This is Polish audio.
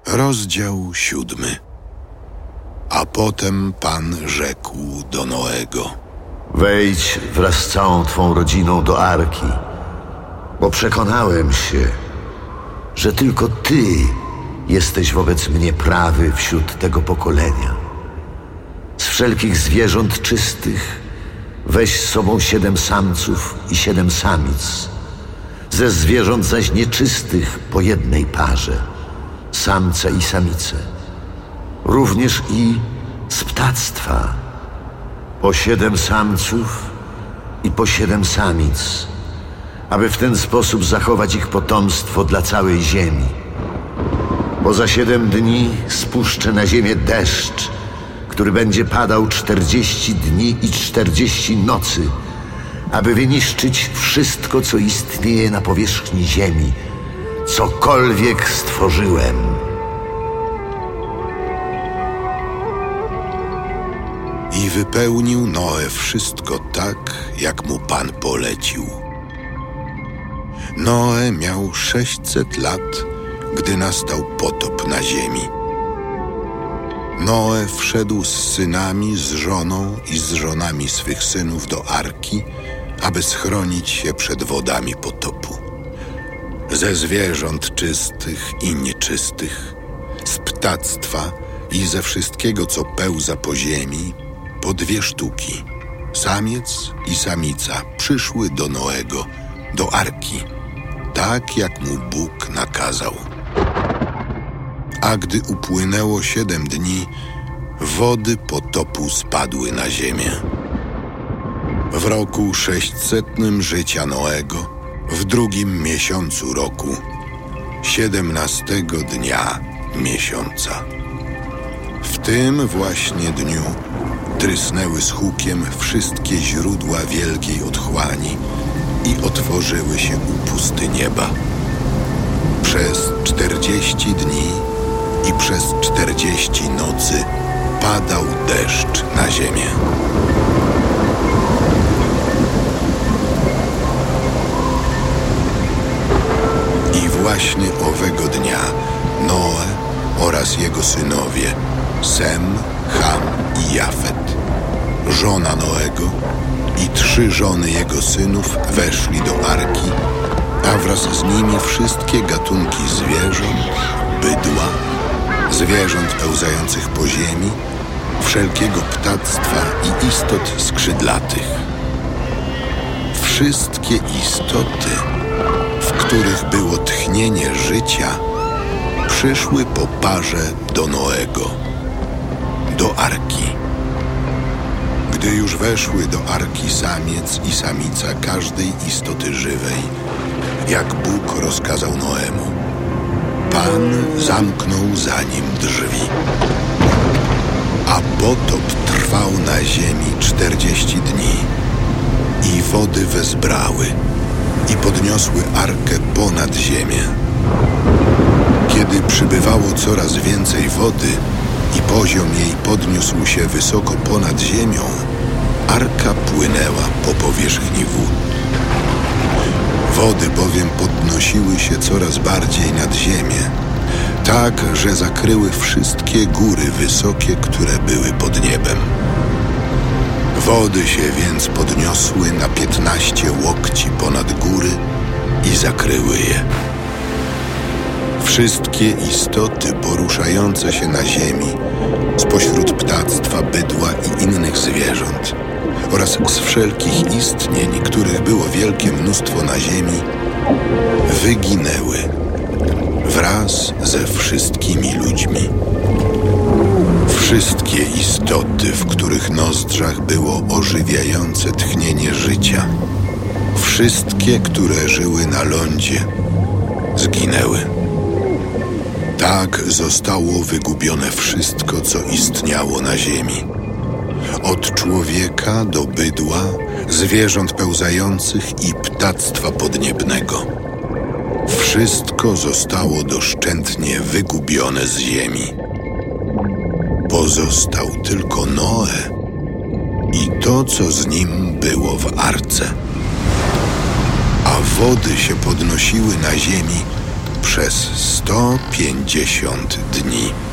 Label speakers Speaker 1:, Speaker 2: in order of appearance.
Speaker 1: Rozdział 7. A potem Pan rzekł do Noego:
Speaker 2: Wejdź wraz z całą twą rodziną do arki, bo przekonałem się, że tylko ty jesteś wobec mnie prawy wśród tego pokolenia. Z wszelkich zwierząt czystych weź z sobą 7 samców i 7 samic, ze zwierząt zaś nieczystych po 1 parze, samca i samicę. Również i z ptactwa po 7 samców i po 7 samic, aby w ten sposób zachować ich potomstwo dla całej ziemi. Bo za 7 dni spuszczę na ziemię deszcz, który będzie padał 40 dni i 40 nocy, aby wyniszczyć wszystko, co istnieje na powierzchni ziemi, cokolwiek stworzyłem.
Speaker 1: I wypełnił Noe wszystko tak, jak mu Pan polecił. Noe miał 600 lat, gdy nastał potop na ziemi. Noe wszedł z synami, z żoną i z żonami swych synów do arki, aby schronić się przed wodami potopu. Ze zwierząt czystych i nieczystych, z ptactwa i ze wszystkiego, co pełza po ziemi, po 2 sztuki, samiec i samica, przyszły do Noego, do arki, tak jak mu Bóg nakazał. A gdy upłynęło 7 dni, wody potopu spadły na ziemię. W roku 600 życia Noego, w 2. miesiącu roku, 17 dnia miesiąca. W tym właśnie dniu trysnęły z hukiem wszystkie źródła wielkiej otchłani i otworzyły się upusty nieba. Przez 40 dni i przez 40 nocy padał deszcz na ziemię. I właśnie owego dnia Noe oraz jego synowie Sem, Ham i Jafet, żona Noego i 3 żony jego synów weszli do arki, a wraz z nimi wszystkie gatunki zwierząt, bydła, zwierząt pełzających po ziemi, wszelkiego ptactwa i istot skrzydlatych. Wszystkie istoty, w których było tchnienie życia, przyszły po parze do Noego, do arki. Gdy już weszły do arki samiec i samica każdej istoty żywej, jak Bóg rozkazał Noemu, Pan zamknął za nim drzwi. A potop trwał na ziemi 40 dni i wody wezbrały i podniosły arkę ponad ziemię. Kiedy przybywało coraz więcej wody i poziom jej podniósł się wysoko ponad ziemią, arka płynęła po powierzchni wód. Wody bowiem podnosiły się coraz bardziej nad ziemię, tak, że zakryły wszystkie góry wysokie, które były pod niebem. Wody się więc podniosły na 15 łokci ponad góry i zakryły je. Wszystkie istoty poruszające się na ziemi, spośród ptactwa, bydła i innych zwierząt oraz z wszelkich istnień, których było wielkie mnóstwo na ziemi, wyginęły wraz ze wszystkimi ludźmi. Wszystkie istoty, w których nozdrzach było ożywiające tchnienie życia, wszystkie, które żyły na lądzie, zginęły. Tak zostało wygubione wszystko, co istniało na ziemi. Od człowieka do bydła, zwierząt pełzających i ptactwa podniebnego. Wszystko zostało doszczętnie wygubione z ziemi. Pozostał tylko Noe i to, co z nim było w arce. A wody się podnosiły na ziemi przez 150 dni.